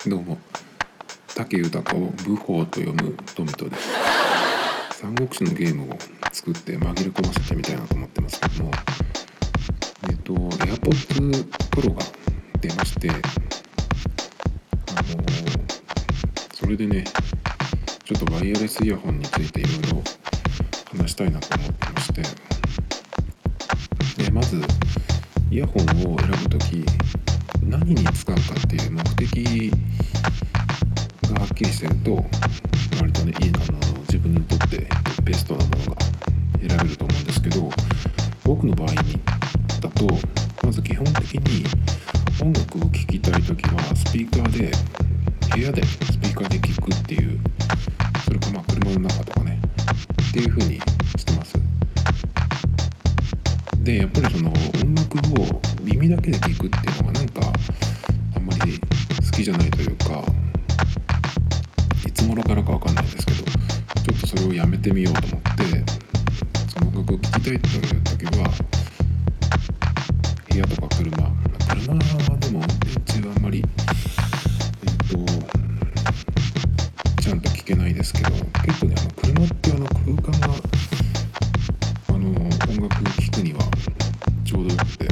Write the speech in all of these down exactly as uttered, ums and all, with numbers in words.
どうも、武豊を武法と読むトミトです。三国志のゲームを作って紛れ込ませてみたいなと思ってますけども、えっと AirPods Pro が出まして、あのそれでね、ちょっとワイヤレスイヤホンについていろいろ話したいなと思ってまして、でまずイヤホンを選ぶとき何に使うかっていう目的がはっきりしてると、割とねいいあの自分にとってベストなものが選べると思うんですけど、僕の場合にだとまず基本的に音楽を聴きたいときはスピーカーで部屋でスピーカーで聴くっていう、それかまあ車の中とかねっていう風にしてます。でやっぱりその音楽を耳だけで聴くっていうのがなんかあんまり好きじゃないというか、いつ頃からかわかんないんですけど、ちょっとそれをやめてみようと思って、その音楽を聴きたいという時は部屋とか車車でも運転中はあんまりえっとちゃんと聴けないですけど、結構ねあの車ってあの空間があの音楽を聴くにはちょうどよくて、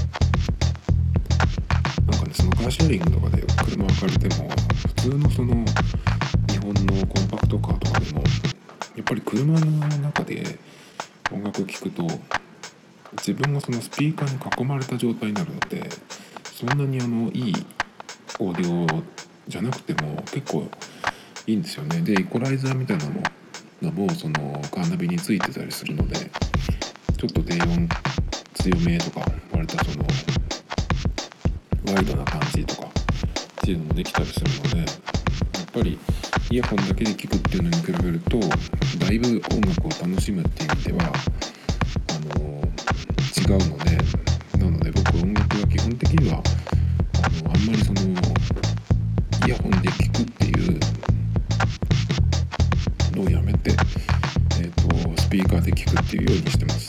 なんかねそのカーシェアリングとかで車を借りても普通のその日本のコンパクトカーとかでもやっぱり車の中で音楽を聴くと自分がそのスピーカーに囲まれた状態になるので、そんなにあのいいオーディオじゃなくても結構いいんですよね。でイコライザーみたいなのもそのカーナビについてたりするので、ちょっと低音強めとか割とそのワイドな感じとかっていうのもできたりするので、やっぱりイヤホンだけで聴くっていうのに比べるとだいぶ音楽を楽しむっていう意味ではあの違うので、なので僕音楽は基本的にはあのあんまりそのイヤホンで聴くっていうのをやめて、えーと、スピーカーで聴くっていうようにしてます。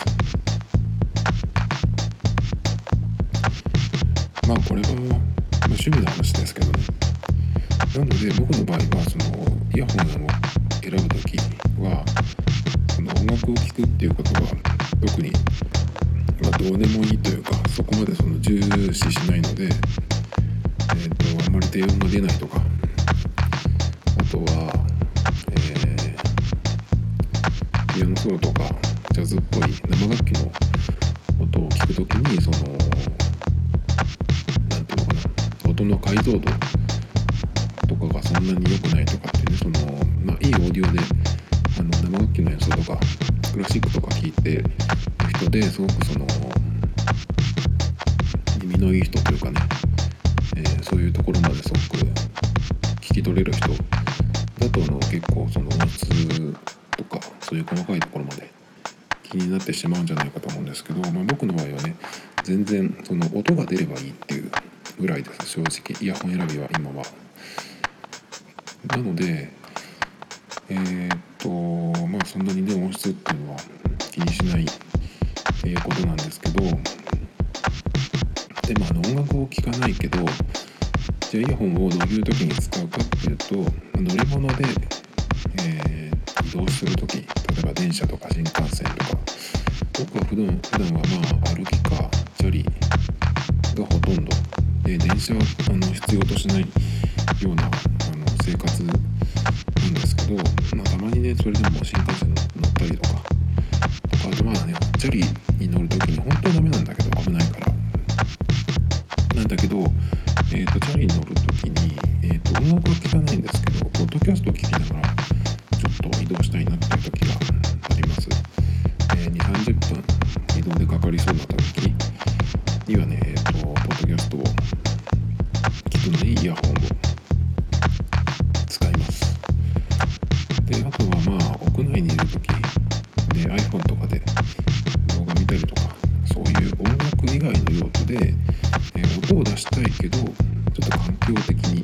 まあこれは、まあ、趣味の話ですけどね。なので僕の場合はそのイヤホンを選ぶときはその音楽を聴くっていうことは特に、まあ、どうでもいいというか、そこまでその重視しないので、えーと、あんまり低音が出ないとか、あとは、えー、ピアノソロとかジャズっぽい生楽器の音を聞くときにそのなんていうのかな、音の解像度とかがそんなに良くないとかっていうね、そのまあいいオーディオであの生楽器の演奏とかクラシックとか聴いてる人ですごくその耳のいい人というかね、えー、そういうところまですごく聞き取れる人だとあの結構その音質とかそういう細かいところまで気になってしまうんじゃないかと思うんですけど、まあ、僕の場合はね全然その音が出ればいいっていうぐらいです。正直イヤホン選びは今はなのでえー、っとまあそんなにね音質っていうのは気にしないっていうことなんですけど、でもあの音楽を聴かないけどじゃあイヤホンをどういう時に使うかっていうと、乗り物で、えー、移動する時、例えば電車とか新幹線とか、僕は普段普段はまあ歩きかチャリがほとんどで、電車はあの必要としないようなあの生活なんですけど、まあ、たまにねそれでも新幹線乗ったりとかとか、あとまあねチャリに乗るときに本当はダメなんだけど危ないからなんだけど、えーとチャリに乗るときに、えーと音楽は聴かないんですけどポッドキャストを聴きながらちょっと移動したいなっていうときがあります。えー、にじゅうさんじゅっぷん移動でかかりそうなときにはね、えーとポッドキャストを聞くのにイヤホンを使います。であとはまあ屋内にいるときで iPhone とかで動画見たりとか、そういう音楽以外の用途で、えー、音を出したいけどちょっと環境的に、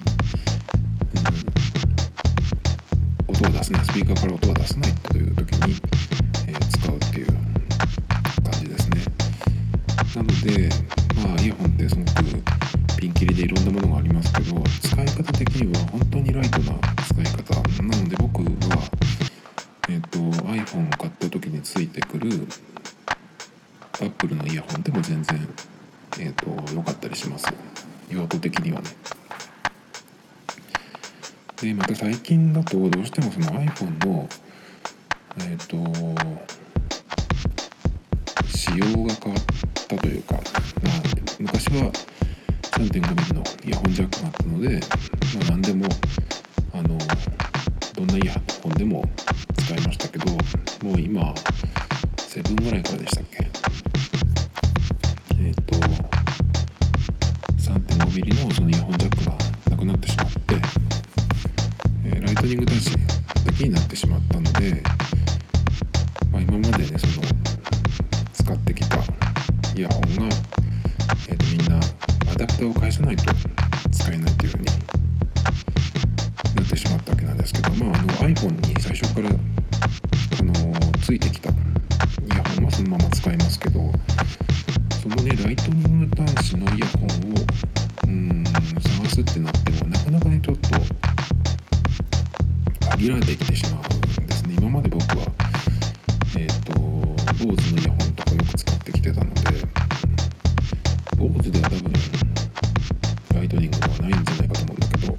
うん、音を出せない、スピーカーから音が出せないという時に、えー、使うっていう感じですね。なのでまあイヤホンってすごくピンキリでいろんなものがありますけど、使い方的には本当にライトな使い方なので、僕は、えーと、iPhone を買った時についてくる Apple のイヤホンでも全然、えーと、良かったりします。用途的にはね。でまた最近だとどうしてもその iPhone のえっ、ー、と仕様が変わったというか、まあ、昔は さんてんごミリ のイヤホンジャックがあったので、まあ、何でもあのどんなイヤホンでも使いましたけど、もう今セブンぐらいからでしたっけ、えっ、ー、と さんてんごミリ のそのイヤホンジャックがなくなってしまって、えー、ライトニング端子だけになってしまったので、まあ、今までねその使ってきたイヤホンが、えー、とみんなアダプターを返さないと使えないという風になってしまったわけなんですけど、まあ、あの iPhone に最初からあのついてきたイヤホンはそのまま使えますけど、そのねライトニング端子のイヤホンをうーん探すってなってもなかなかねちょっと限られてきてしまうんですね。今まで僕はえっ、ー、と Bose のイヤホンとかよく使ってきてたので、 Bose では多分ライトニングはないんじゃないかと思うんだけど、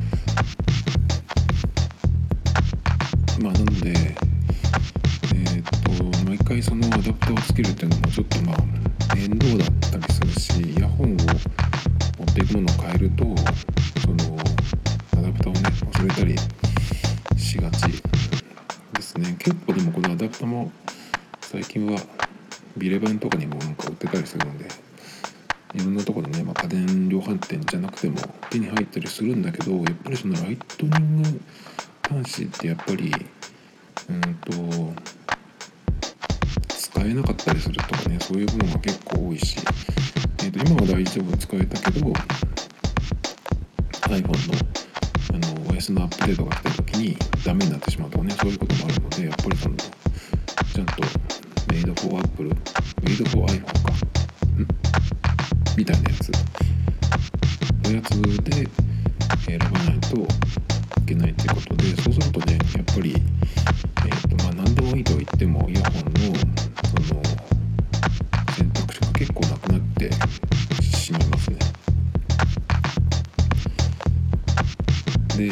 まあなのでえっ、ー、と毎回そのアダプターをつけるっていうのもちょっとまあ面倒だったりするし、イヤホンを持っていくものを変えるとそのアダプターをね忘れたりしがちですね。結構でもこのアダプターも最近はビレバンとかにもなんか売ってたりするので、いろんなところでね、まあ、家電量販店じゃなくても手に入ったりするんだけど、やっぱりそのライトニング端子ってやっぱりうんと使えなかったりするとかね、そういうものが結構多いし、えー、と今は大丈夫使えたけど iPhone のあの オーエス のアップデートが来た時にダメになってしまうとかね、そういうこともあるので、やっぱりそのちゃんとメイド for Apple メイド for iPhone かんみたいなやつのやつで選ばないといけないっていうことで、そうするとねやっぱり、えーとまあ、何でもいいと言ってもイヤホンのその選択肢が結構なくなってしまいますね。で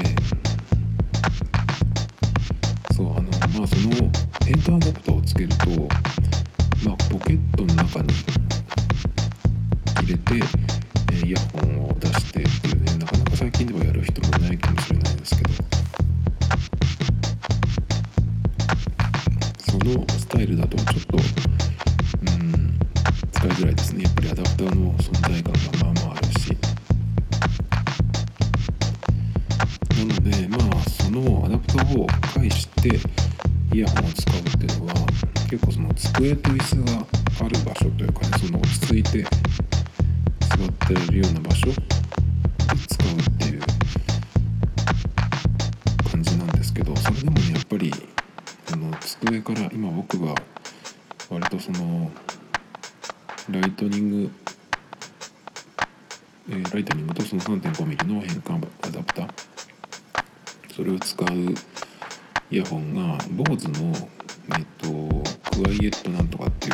そうあのまあそのヘッドアダプターをつけると、まあ、ポケットの中に入れて、えー、イヤホンを出してっていうね、なかなか最近ではやる人もいないかもしれないんですけど、そのスタイルだとちょっとうん使いづらいですね。やっぱりアダプターの存在感がまあまああるし、なのでまあそのアダプターを介してイヤホンを使うっていうのは結構その机と椅子がある場所というかね、その落ち着いて座ってられるような場所で使うっていう感じなんですけど、それでもねやっぱりあの机から今僕が割とそのライトニング、えー、ライトニングとその さんてんごミリ の変換アダプター、それを使うイヤホンが Bose のえっとクワイエットなんとかっていう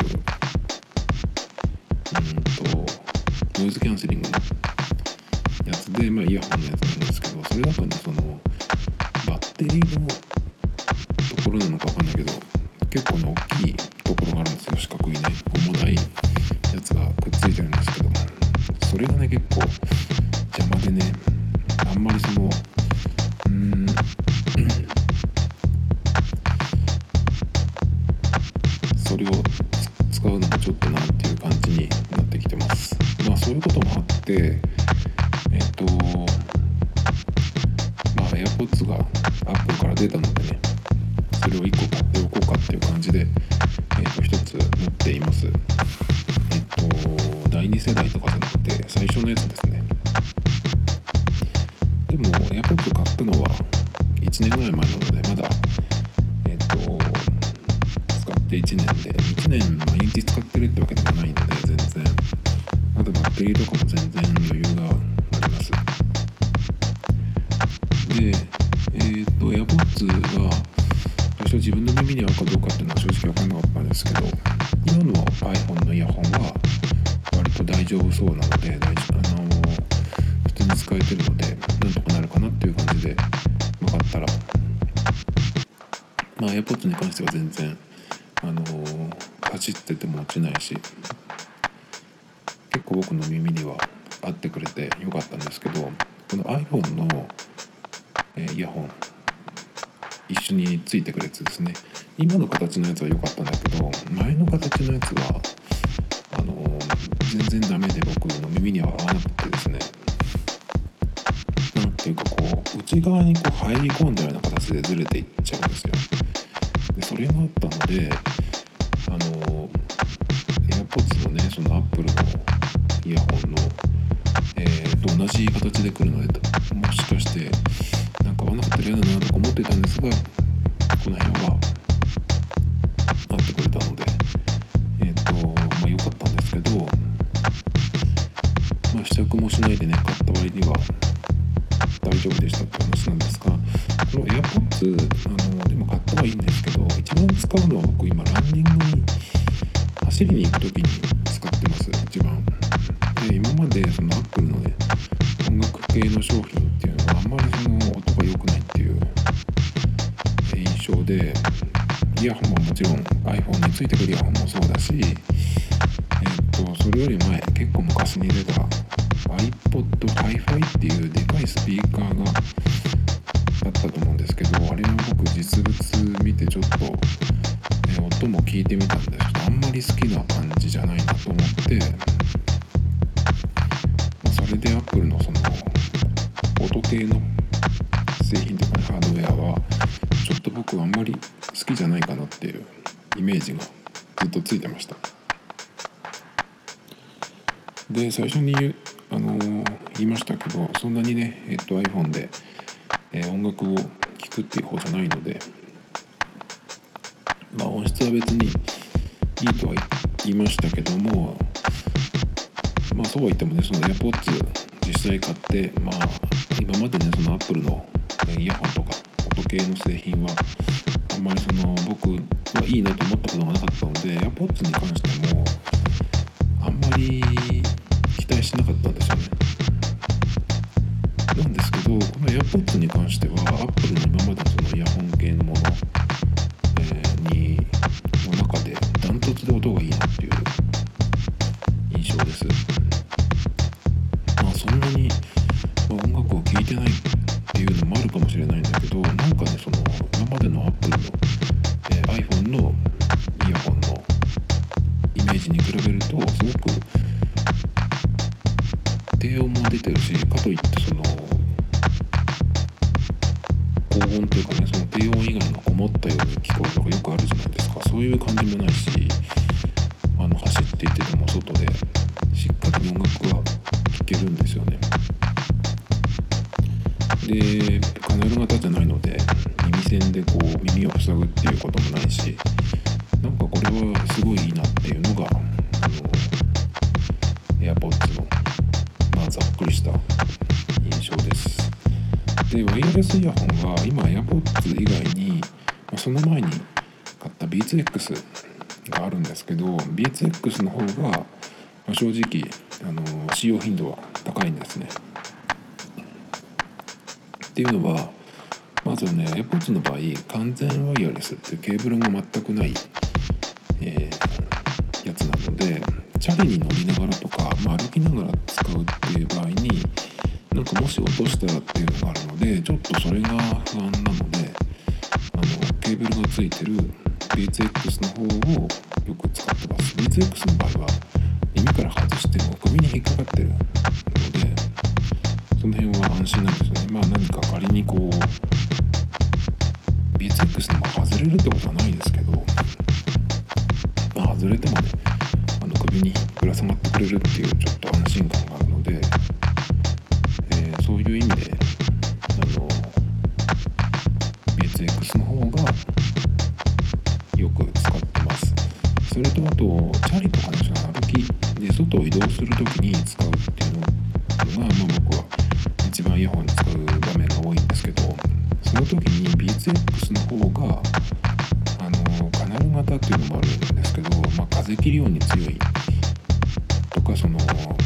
うんとノイズキャンセリングのやつで、まあ、イヤホンのやつなんですけど、それだとねそのバッテリーのところなのかわかんないけど結構ね大きいところがあるんですよ。四角いね重たいやつがくっついてるんですけど、それがね結構邪魔でね、あんまりそのうーんそれを使うのもちょっとなっていう感じになってきてます。まあそういうこともあってえっとまあ AirPods が Apple から出たのでね、それをいっこ買っておこうかっていう感じで、えっとひとつ持っています。えっとだいに世代とかじゃなくて最初のやつですね。でも AirPods 買ったのはいちねんぐらい前なので、まだえっと使っていちねんでいちねん毎日使ってるってわけでもないので、全然まだバッテリーとかも全然余裕があります。 で、えー、と AirPods は最初自分の耳に合うかどうかっていうのは正直分からなかったんですけど、今の iPhone のイヤホンは割と大丈夫そうなので、大丈夫あのー、普通に使えてるのでなんとかなるかなっていう感じで、よかったら、まあ AirPods に関しては全然あのー、走ってても落ちないし、結構僕の耳には合ってくれてよかったんですけど、この iPhone の、えー、イヤホン一緒についてくるやつですね。今の形のやつは良かったんだけど、前の形のやつはあのー、全然ダメで、僕の耳には合わなくてですね、なんていうかこう内側にこう入り込んだような形でずれていっちゃうんですよ。でそれがあったので、あの AirPods のね、その Apple のイヤホンの、えー、と同じ形で来るので、もしかしてなんか合わなかったら嫌だなとか思ってたんですが、この辺は合ってくれたので、えっ、ー、とまあ良かったんですけど、まあ試着もしないでね、買った割には大丈夫でしたって話なんですが、この AirPods あのでも買ったはいいんですけど、一番使うのは僕今ランニングに走りに行く時に使ってます。一番で、今までその Apple のね音楽系の商品っていうのはあんまりその音が良くないっていう印象で、イヤホンももちろん iPhone についてくるイヤホンもそうだし、えっとそれより前、結構昔に出た iPod Hi-Fi っていうでかいスピーカーがあったと思うんですけど、あれを僕実物見てちょっと、え音も聞いてみたんですけど、あんまり好きな感じじゃないなと思って、それで Apple のその音系の製品とか、ね、ハードウェアはちょっと僕はあんまり好きじゃないかなっていうイメージがずっとついてました。で、最初に言う、あのー、言いましたけど、そんなにね、えっと iPhone で、えー、音楽を聴くっていう方じゃないので、まあ音質は別にいいとは言いましたけども、まあそうは言ってもね、その AirPods 実際買って、まあ今までね、その Apple のイヤホンとか音系の製品はあんまりその僕はいいなと思ったことがなかったので、 AirPods に関してもあんまり期待しなかったんですよね。なんですけど、この AirPods に関しては Apple の今までのそのイヤホン系のもの、えー、にの中でダントツで音がいいなっていう印象です。まあそんなに、まあ、音楽を聴いてないっていうのもあるかもしれないんだけど、なんかね、その今までの Apple の、えー、iPhone のイヤホンのイメージに比べるとすごく低音も出てるし、かといってその高音というかね、その低音以外のこもったように聞こえるのがよくあるじゃないですか。そういう感じもないし、あの走っていてでも外でしっかり音楽が聴けるんですよね。で、カナル型じゃないので耳栓でこう耳を塞ぐっていうこともないし、なんかこれはすごいいいなっていうのがあの AirPods の、まあ、ざっくりした印象です。で、ワイヤレスイヤホンは今 AirPods 以外に、まあ、その前に買った ビーツエックス があるんですけど、 ビーツエックス の方が、まあ、正直あの使用頻度は高いんですね。っていうのは、まずね AirPods の場合完全ワイヤレスっていうケーブルが全くない、えー、やつなので、チャリに乗りながらとか、まあ、歩きながら使うっていう場合になんかもし落としたらっていうのがあるので、ちょっとそれが不安なので、あのケーブルがついてる ビーツエックス の方をよく使ってます。 ビーツエックス の場合は耳から外しても首に引っかかってるので、その辺は安心なんですよね。まあ何か仮にこう ビーツエックス でも外れるってことはないですけど、まあ外れてもね、あの首にぶら下がってくれるっていうちょっと安心感があるので、えー、そういう意味であの ビーツエックス の方がよく使ってます。それとあとチャリとかの歩きで外を移動するときに使うっていうのが、まあ、僕は一番イヤホンに使う場面が多いんですけど、 その時に ビーツエックス の方があのカナル型っていうのもあるんですけど、まあ、風切り音に強いとか、その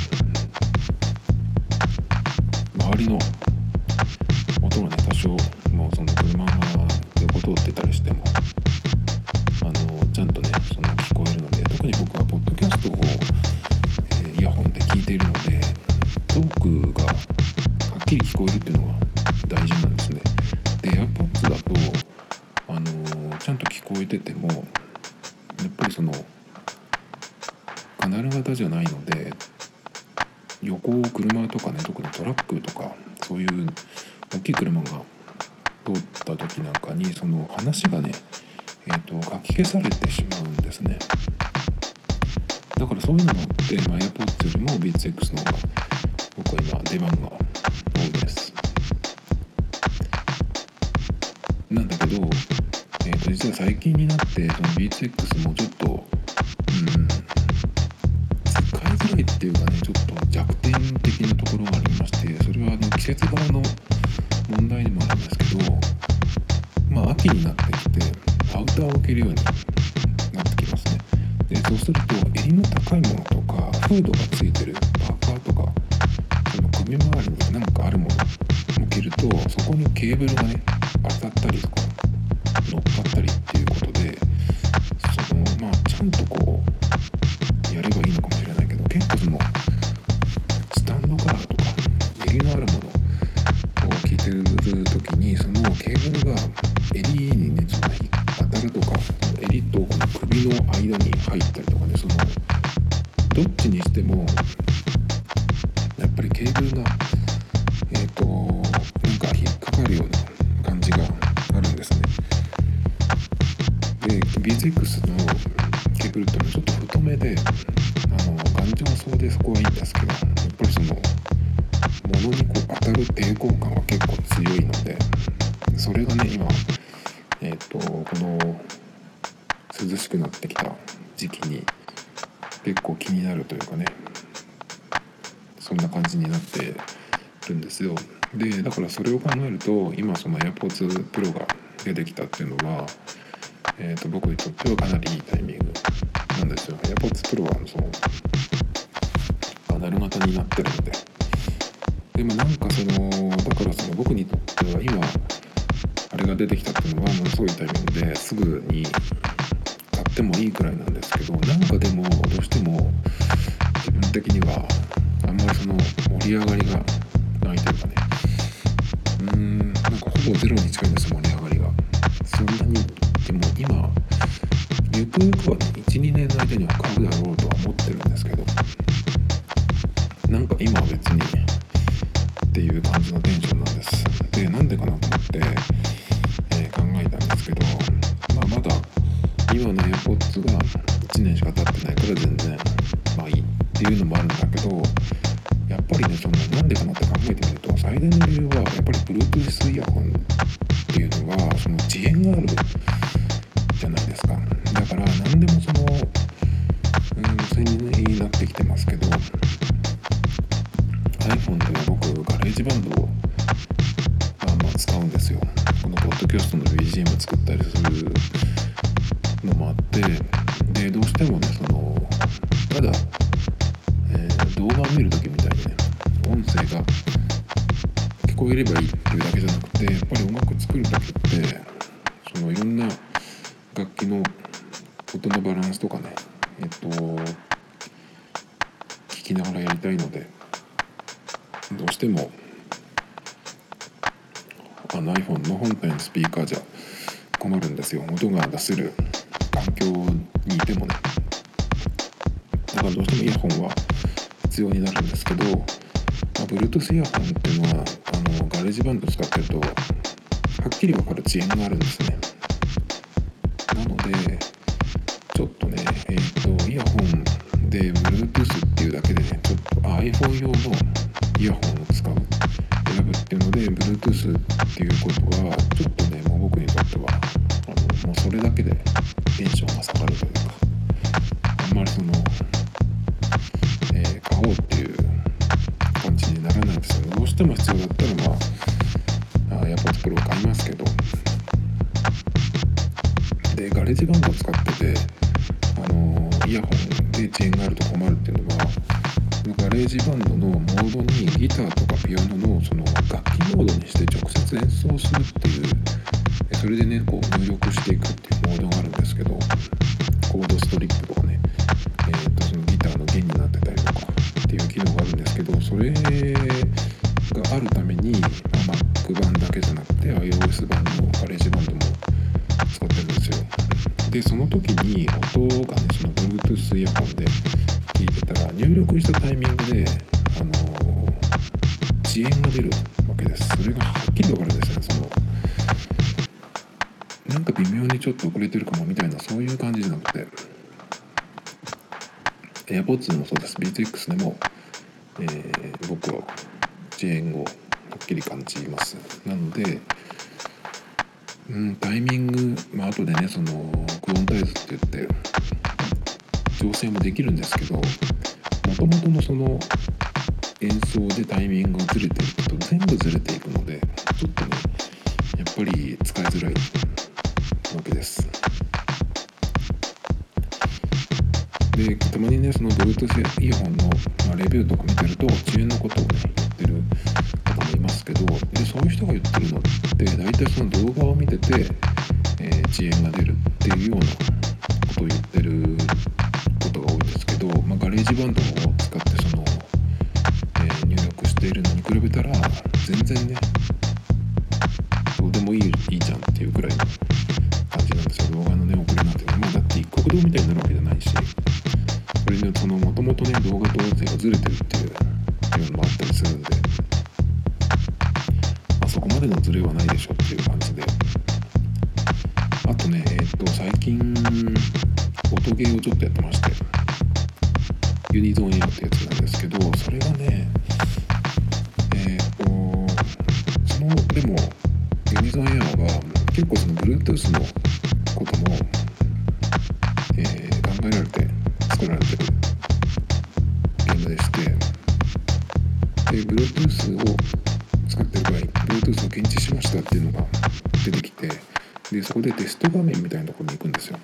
周りの音がね多少もうその車が横通ってたりしてもあのちゃんとねその聞こえるので、特に僕はポッドキャストを、えー、イヤホンで聞いているのでトークがはっきり聞こえるっていうのが大事なんですね。で AirPods だとあのー、ちゃんと聞こえててもやっぱりそのカナル型じゃないので、横を車とかね、特にトラックとかそういう大きい車が通った時なんかにその話がね、えーと、かき消されてしまうんですね。だからそういうのもあって、まあ、AirPods よりも ビーツエックス の方が僕は今出番が多いです。なんだけど、えーと、実は最近になってその ビーツエックス もちょっと、うん、使いづらいっていうかね、ちょっと弱点的なところがありまして、それはあの季節柄の問題にもあるんですけど、まあ秋になってきてアウターを着るようになってきますね。でそうすると襟の高いものとかフードがついてるパーカーとか、その首周りに何かあるものを着るとそこにケーブルがね当たったりとか乗っかったりっていうことで、そのまあちゃんとこうやればいいのかもしれないけど、結構そのスタンドカラーとか襟のあるものを聞いてる時にそのケーブルが襟にねその当たるとか、襟とこの首の間に入ったりとかね、そのどっちにしてもやっぱりケーブルがえっとなんか引っかかるような感じがあるんですね。で ビーツエックス のケーブルってのはちょっと太めであの頑丈そうでそこはいいんですけど、やっぱりその物にこう当たる抵抗感は結構強いので、それがね今えっとこの涼しくなってきた時期に結構気になるというかね、そんな感じになってるんですよ。でだからそれを考えると今その AirPods Pro が出てきたっていうのは、えー、と僕にとってはかなりいいタイミングなんですよ。 AirPods Pro はそのカナル型になってるので、でもなんかそのだからその僕にとっては今あれが出てきたっていうのはものすごいタイミングですぐに買ってもいいくらいなんですけど、なんかでもどうしても自分的にはあんまりその盛り上がりがないというかね、うーんなんかほぼゼロに近いんですよ、盛り上がりが。そんなにでも今ゆくゆくはね いちにねんの間には買うだろうとは思ってるんですけど、なんか今は別にっていう感じのテンションなんです。でなんでかなと思って、えー、考えたんですけど、まあ、まだ今の AirPods がいちねんしか経ってないから全然まあいいっていうのもあるんだけど、やっぱりねそのなんでかなって考えてみると最大の理由はやっぱり Bluetooth イヤホンっていうのはその遅延があるじゃないですか。だから何でもそのうん無線になってきてますけど、 iPhone では僕ガレージバンドをまあまあ使うんですよ。このポッドキャストの ビージーエム 作ったりするのもあって、でどうしてもねそのただ、えー、動画を見るときみたいにね音声が聞こえればいいっていうだけじゃなくて、やっぱり音楽作るときってそのいろんな楽器の音のバランスとかねえっと聞きながらやりたいので、どうしてもあの iPhone の本体のスピーカーじゃ困るんですよ。音が出せる環境にいてもね。だからどうしてもイヤホンは必要になるんですけど、まあ、Bluetooth イヤホンっていうのはあのガレージバンド使ってるとはっきり分かる遅延があるんですね。なのでちょっとねえっ、ー、とイヤホンで Bluetooth っていうだけでねちょっと iPhone 用のイヤホンを使う選ぶっていうので Bluetooth っていうことはちょっとねもう僕にとってはあのもうそれだけでテンションが下がるというか、あんまりその、えー、買おうっていう感じにならないんですよね。どうしても必要だったらまあ AirPods ス Pro を買いますけど、でガレージバンドを使ってて、あのイヤホンで遅延があると困るっていうのは、ガレージバンドのモードにギターとかピアノのその楽器モードにして直接演奏するっていう、それでねこう入力していくっていうモードがあるんですけど、コードストリップとかね、えー、とそのギターの弦になってたりとかっていう機能があるんですけど、それがあるために、まあ、Mac 版だけじゃなくて iOS 版のガレージバンドも使ってるんですよ。でその時に音がね、その Bluetooth イヤホンで聞いてたら、入力したタイミングで、あのー、遅延が出るわけです。それがはっきりわかるんですね。そのなんか微妙にちょっと遅れてるかもみたいな、そういう感じじゃなくて、 AirPods でもそうです。 ビーツエックス でも、えー、僕は遅延をはっきり感じます。なので、うん、タイミング、まあ後でねそのクオンタイズって言って調整もできるんですけど、もともとのその演奏でタイミングがずれていくと全部ずれていくので、ちょっとねやっぱり使いづらいわけです。でたまにねその Bluetooth イヤホンの、まあ、レビューとか見てると遅延のことをね言ってる方もいますけど、でそういう人が言ってるのって大体その動画を見てて、えー、遅延が出るっていうようなことを言ってることが多いんですけど、まあ、ガレージバンドを使ってその、えー、入力しているのに比べたら全然ねどうでもいいいいじゃんっていうくらいの感じなんですよ。動画のね遅れなんてね、まあ、だって一国道みたいになるわけじゃないし、それにそのもともとね動画と音声がずれてるっていうのもあったりするんで、まあ、そこまでのズレはないでしょっていう感じで、あとねえっと最近音ゲーをちょっとやってまして、ユニゾンエアってやつなんですけど、それがねえっとそのでもユニゾンエアは結構その Bluetooth のことも、えー、考えられて作られてるゲームでして、で Bluetooth を使ってる場合 Bluetooth を検知しましたっていうのが出てきて、でそこでテスト画面みたいなところに行くんですよ。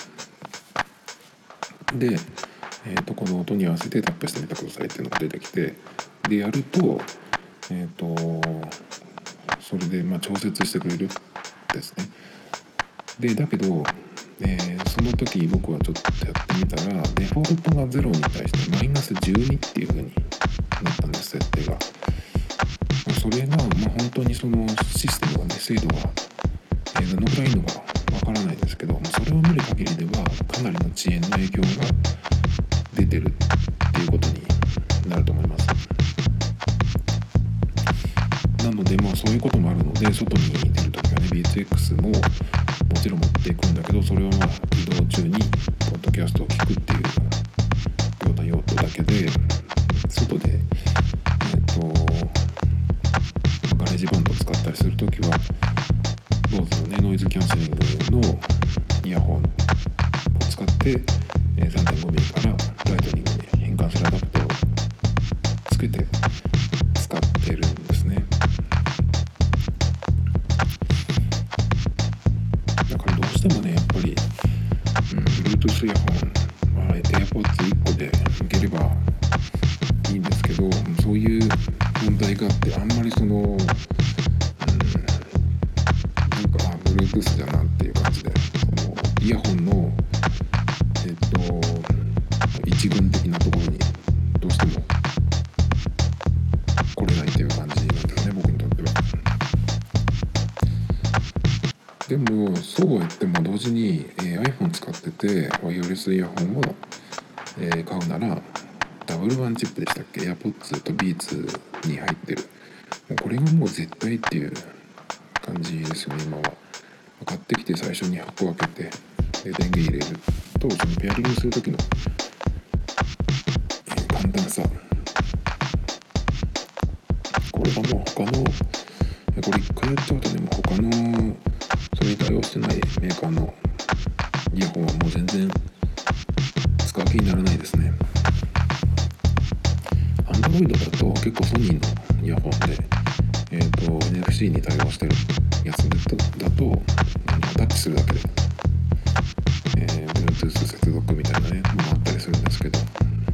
で、えー、とこの音に合わせてタップしてみてくださいっていうのが出てきて、でやるとえっ、とそれでまあ調節してくれるですね。でだけど、えー、その時僕はちょっとやってみたらデフォルトがゼロに対してマイナスじゅうにっていう風になったんです、設定が。それが、まあ、本当にそのシステムがね精度が、えー、どのくらいいいのかわからないですけど、それを見る限りではかなりの遅延の影響が出てるっていうことになると思います。なのでまあそういうこともあるので、外に出るときはね ビーツエックス ももちろん持っていくんだけど、それはまあ移動中にポッドキャストを聞くっていうような用途だけで、外でえっとガレージバンドを使ったりするときはボーズのねノイズキャンセリングのイヤホンを使って さんてんごミリ からライトニングに変換するアダプターをつけて使ってるんですね。だからどうしてもねやっぱり、うん、Bluetooth イヤホン、まあ、AirPods いっこでいければいいんですけど、そういう問題があってあんまりその、うん、なんか Bluetooth じゃなっていう感じで、そのイヤホンのえっと一群的なところにどうしても来れないっていう感じなんですね、僕にとっては。でもそうは言っても同時に、えー、iPhone 使っててワイヤレスイヤホンを、えー、買うならダブルワンチップでしたっけ、 AirPods と Beats に入ってる、もうこれがもう絶対っていう感じですよね今は。買ってきて最初に箱を開けてで電源入れると、そのペアリングする時の、えー、簡単さ、これがもう他のこれ一回やっちゃうとね、もう他のそれに対応してないメーカーのイヤホンはもう全然使う気にならないですね。Android だと結構ソニーのイヤホンで、えーと、エヌエフシー に対応してるやつだと、だとあのタッチするだけで、えー、Bluetooth 接続みたいなねものあったりするんですけど、や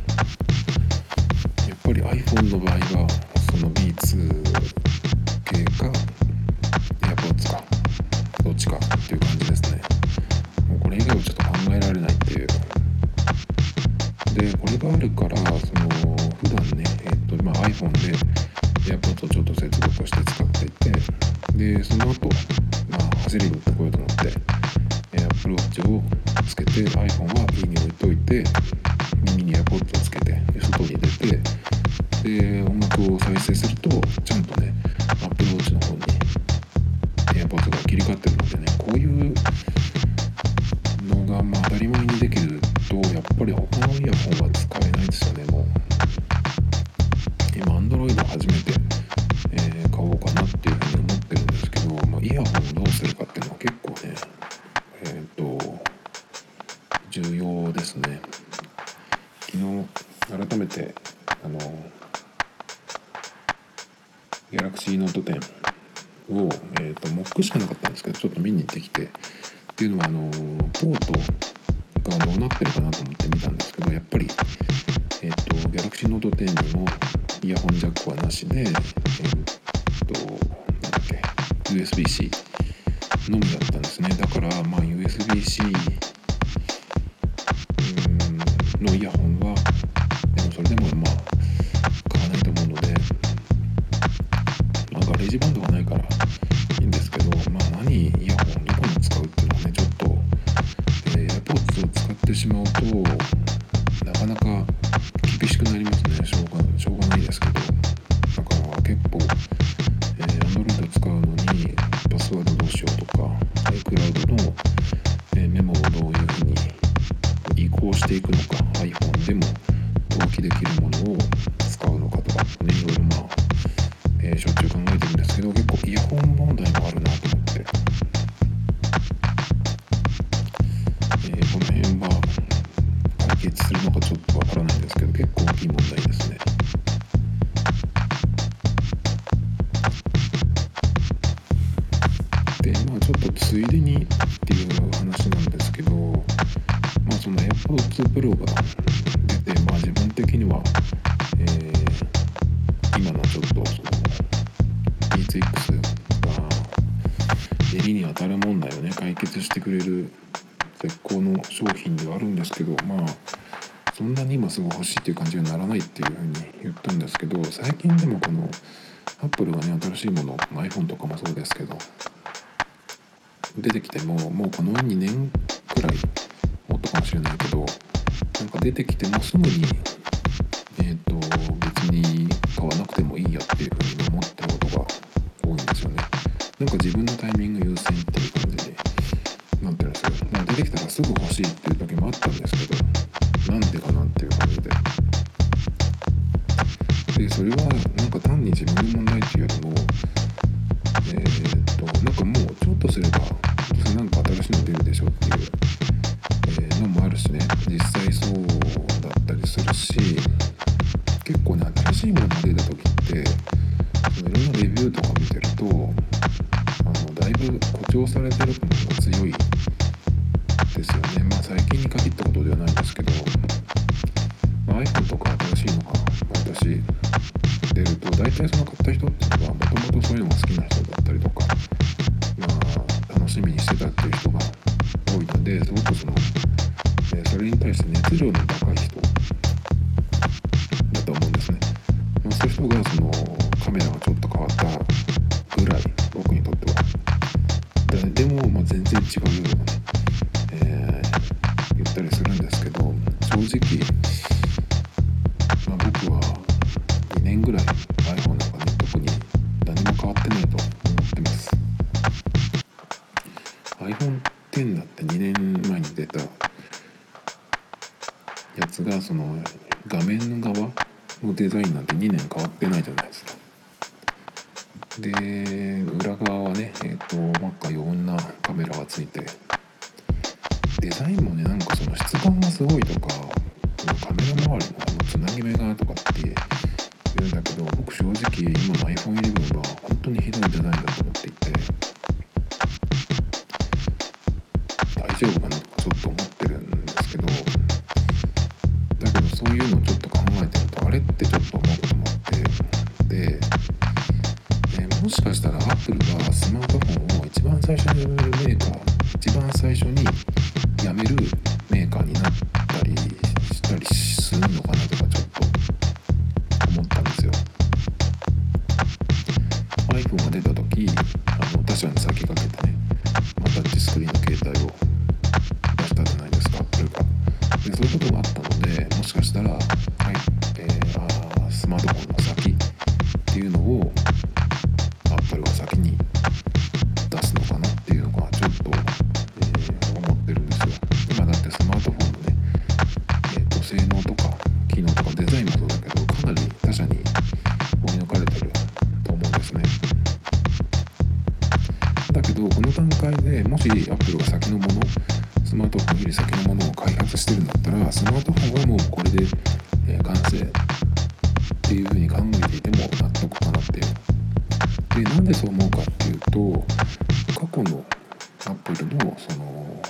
っぱり iPhone の場合はその ビーツー 系か AirPods かどっちかっていう感じですね。もうこれ以外はちょっと考えられないっていう。でこれがあるからその普段ね、えーとまあ、iPhone で AirPods をちょっと接続して使っていて、でその後、まあ、走りに行ってこようと思って Apple Watch をつけて iPhone は家に置いといて耳に AirPods をつけて外に出て、で音楽を再生するとちゃんとね Apple Watch の方に AirPods が切り替わってるのでね、こういうのがまあ当たり前にできるとやっぱり他のイヤホンは使えないですよね。もう今 Android 初めて、えー、買おうかなっていうふうに思ってるんですけど、まあ、イヤホンをどうするかっていうのは結構ねえっ、ー、と重要ですね。昨日改めてあの Galaxy Note テンを、えー、とモックしかなかったんですけどちょっと見に行ってきて、っていうのはあのポートがどうなってるかなと思って見たんですけど、やっぱり、えー、と Galaxy Note テンにもイヤホンジャックはなしで、えー、となんだっけ ユーエスビーC のみだったんですね。だからまあ ユーエスビーC のイヤホンはでもそれでもまあ買わないと思うので、まあ、ガレージバンドがないからいいんですけど、まあ何イヤホンどこに使うっていうのはねちょっと、えー、AirPods を使ってしまうとなかなか厳しくなりますね。しょうが、しょうがないですけど、だから結構、えー、Android 使うのにパスワードどうしようとか iCloud の、えー、メモをどういうふうに移行していくのか iPhone でも同期できるものを使うのかとかね、いろいろまあ、えー、しょっちゅう考えてるんですけど、結構イヤホン問題もあるなと思って、えー、この辺は解決するのかちょっとわからないんですけど結構大きい問題ですね。でまあちょっとついでにっていう話なんですけど、まあその AirPods Pro が出て、まあ自分的には、えー、今のちょっとその ビーツ X が襟に当たる問題をね解決してくれる絶好の商品ではあるんですけど、まあそんなに今すぐ欲しいっていう感じにならないっていうふうに言ったんですけど、最近でもこの Apple がね新しいもの iPhone とかもそうですけど出てきてももうこのにねんくらいもっとかもしれないけど、なんか出てきてもすぐにえっと別に買わなくてもいいやっていうふうに思ってることが多いんですよね。なんか自分のタイミング優先っていう感じでなってるんですよ。なんか出てきたらすぐ欲しいっていう時もあったんですけど、なんでかなっていう感じで、でそれはなんか単に自分の問題っていうよりもえー、っとなんかもうちょっとすればなんか新しいの出るでしょっていう、えー、のもあるしね、実際そうだったりするし、結構ね新しいものが出た時っていろんなレビューとか見てるとあのだいぶ誇張されてるものが強いですよね。まあ最近に限ったことではないんですけど、まあ、iPhone とか新しいのが毎年出ると大体その買った人っていうのはもともとそういうのが好きな人だったりとか、まあ楽しみにしてたっていう人が多いので、すごくその、えー、それに対して熱量の高い人だと思うんですね。まあ、そういう人がそのカメラがちょっと変わったぐらい僕にとってはで, でもまあ全然違うようなね、えー、言ったりするんですけど、正直、まあ、僕はにねんぐらい iPhone なんかね特に何も変わってないと思ってます。 アイフォンテン だってにねんまえに出たやつがその画面の側のデザインなんてにねん変わってないじゃないですか。で裏側はねえっ、ー、となんかいろんなカメラがついて、デザインもねなんかその質感がすごいとか、カメラ周りのあのつなぎ目がとかって言うんだけど、僕正直今の アイフォンイレブン は本当にひどいデザインだと思っていて、 最初に辞めるメーカー、一番最初に辞めるメーカーになったりしたりするのかなとかちょっと思ったんですよ。 iPhone が出た時、あの他社に先駆けてね、まあ、タッチスクリーンの携帯を出したじゃないですか、というかでそういうことがあったので、もしかしたら、はいえー、あスマートフォンの先っていうのをアップルが先に出すのかなっていうのがちょっと、えー、思ってるんですよ。今だってスマートフォンのね、えー、と性能とか機能とかデザインもそうだけど、かなり他社に追い抜かれてると思うんですね。だけどこの段階でもしアップルが先のもの、スマートフォンより先のものを開発してるんだったら、スマートフォンはもうこれで、えー、完成っていうふうに考えていても納得かなっていう。で、なんでそう思うかっていうと、過去のアップルのその、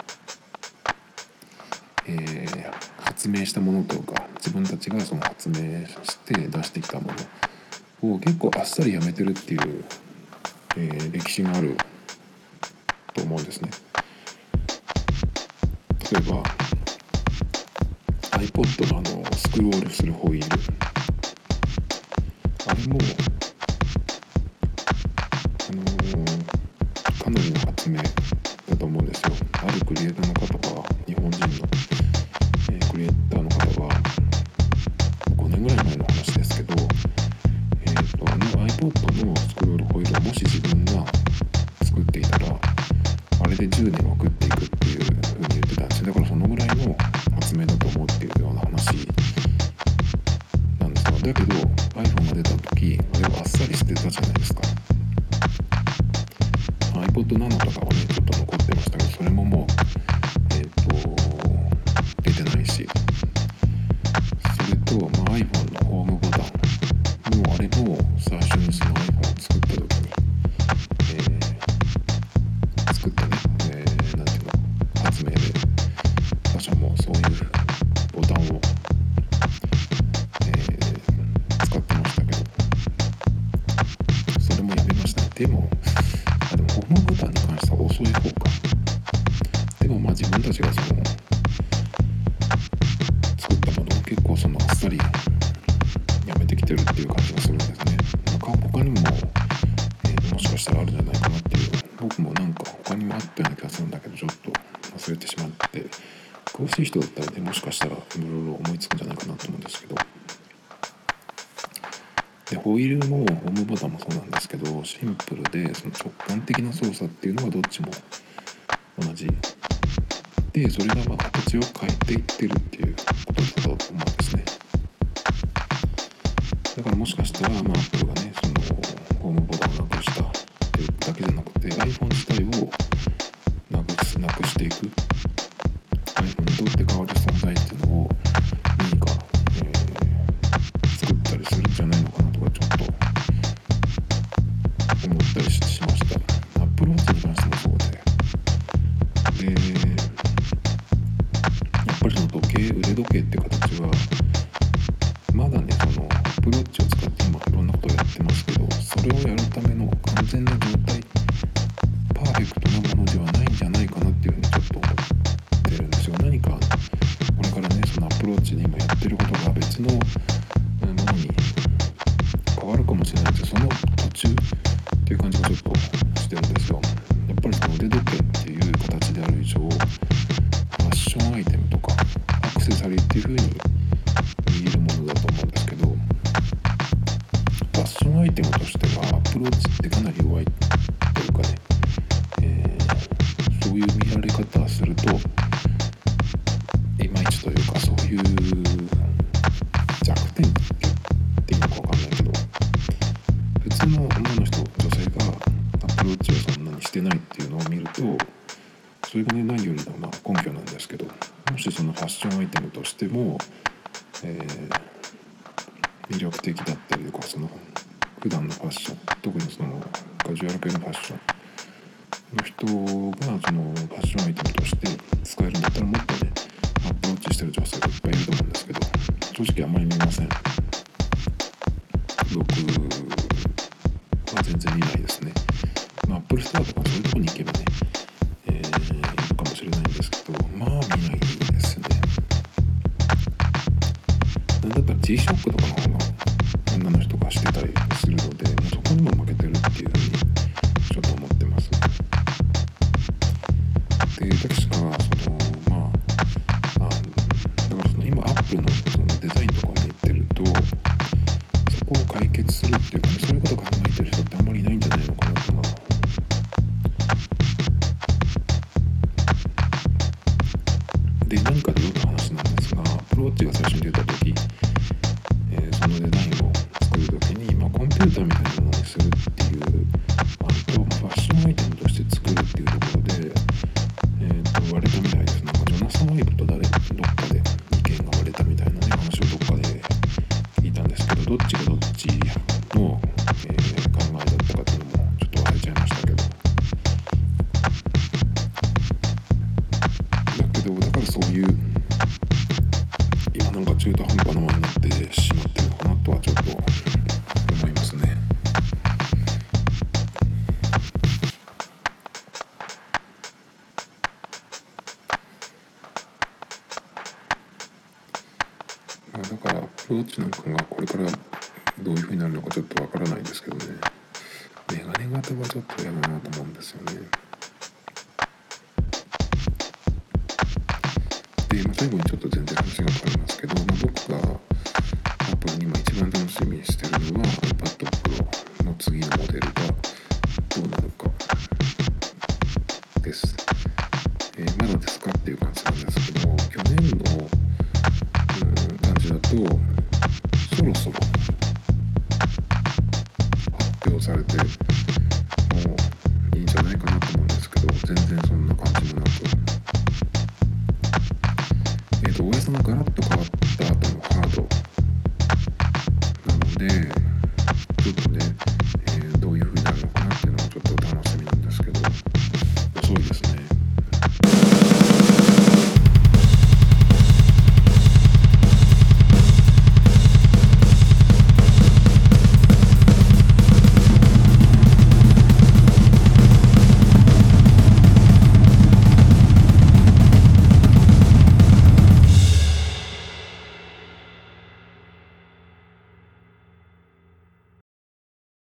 えー、発明したものとか、自分たちがその発明して出してきたものを結構あっさりやめてるっていう、えー、歴史があると思うんですね。例えば iPod のあのスクロールするホイール、あれもあのー、かなりの発明だと思うんですよ。あるクリエイターの方は、日本人の、えー、クリエイターの方はごねんぐらい前の話ですけど、えー、とあの iPod のスクロールホイールをもし自分が作っていたら、あれでじゅうねんは食っていくっていうふうに言ってたんですよ。だからそのぐらいの発明だと思うっていうような話なんですが、だけど iPhone が出た時、あれをあっさり捨てたじゃないですか。 iPod Nano とかはねちょっと残ってましたけど、それももうえっ、ー、と出てないし、それと、まあ、iPhone のホームボタンもうあれも最初にその iPhone を作った時に、えー、作ったね、えー、なんていうの発明で、他社もそういうボタンを、えー、使ってましたけど、それもやめました。でもあでもホームボタンに関しては遅い方か。でもまあ自分たちがその作ったものを結構そのあっさりやめてきてるっていう感じがするんですね。なんか他にも、えー、もしかしたらあるんじゃないかなっていう、僕もなんか他にもあったような気がするんだけど、ちょっと忘れてしまって、詳しい人だったらね、もしかしたらいろいろ思いつくんじゃないかなと思うんですけど、でホイールもホームボタンもそうなんですけど、シンプルでその直感的な操作っていうのはどっちも同じで、それがまあ形を変えていってるっていうことだと思うんですね。だからもしかしたら、まあ、Apple がねそのホームボタンをなくしたっていうだけじゃなくて、 iPhone 自体をなくすなくしていく、 iPhone にとって変わる存在っていうのを何か、えー、作ったりするんじゃないのかなとかちょっと思ったりしました。 Apple Watch に関してもそうで、でやっぱりその時計、腕時計って形はまだね、そのアプローチを使って今いろんなことをやってますけど、それをやるための完全な状態、パーフェクトなものではないんじゃないかなっていうふうにちょっと思ってるんですよ。何かこれからね、そのアプローチで今やってることが別のものに変わるかもしれないんですけど、その途中っていう感じがちょっとしてるんですよ。やっぱりその腕時計っていう形である以上、ファッションアイテムとかアクセサリーっていう風に見えるものだと思うんですけど、ファッションアイテムとしてはアプローチってかなり弱いというかね、えー、そういう見られ方をするといまいちというか、そういう弱点って言っていいのか分かんないけど、普通の女の人、女性がアプローチをそんなにしてないっていうのを見ると、それがねないよりのまあ根拠なんですけど、もしそのファッションアイテムとしても、えー、魅力的だったりとか、その普段のファッション、特にそのカジュアル系のファッションの人がそのファッションアイテムとして使えるんだったら、もっとねアプローチしてる女性がいっぱいいると思うんですけど、正直あんまり見ません。僕は全然見ないですね。まあ、アップルスストアとかそういうところに行けばね、えー、いるかもしれないんですけど、まあ見ないですね。なんだったら G ショックとかの方が女の人がしてたりするので、もうそこにも負けてるっていうふうにちょっと思ってます。で確かそのまああだからその今アップルのそのデザインとかを見てると、そこを解決するっていうかね、そういうこと考えてる人ってあんまりいないんじゃないのかなとな。で何かで読んだ話なんですが、アプローチが最初に出た時、えー、そのデザインを作る時に、まあ、コンピューターみたいなものにするっていうあと、まあ、ファッションアイテムとして作るっていうところで、えー、と割れたみたいです。なんかジョナサン・ワイブと誰どっかで意見が割れたみたいなね話をどっかで聞いたんですけど、どっちがどっちの、えー、考えだったかっていうのもちょっと忘れちゃいましたけど、だけどだからそういう今なんか中途半端なものになってしまってるのかなとはちょっと思いますね。まあ、だからアプローチなんかがこれからどういう風になるのかちょっとわからないですけどね、メガネ型はちょっと嫌だなと思うんですよね。で、まあ、最後にちょっと全然話が変わりますけど、まあ、僕がアップルに今一番楽しみにしてるのは iPad Pro の次のモデルがどうなるかです。えー、まだですかっていう感じなんですけど、去年の、うん、感じだとそろそろ発表されてもういいんじゃないかなと思うんですけど、全然そんな感じもなく、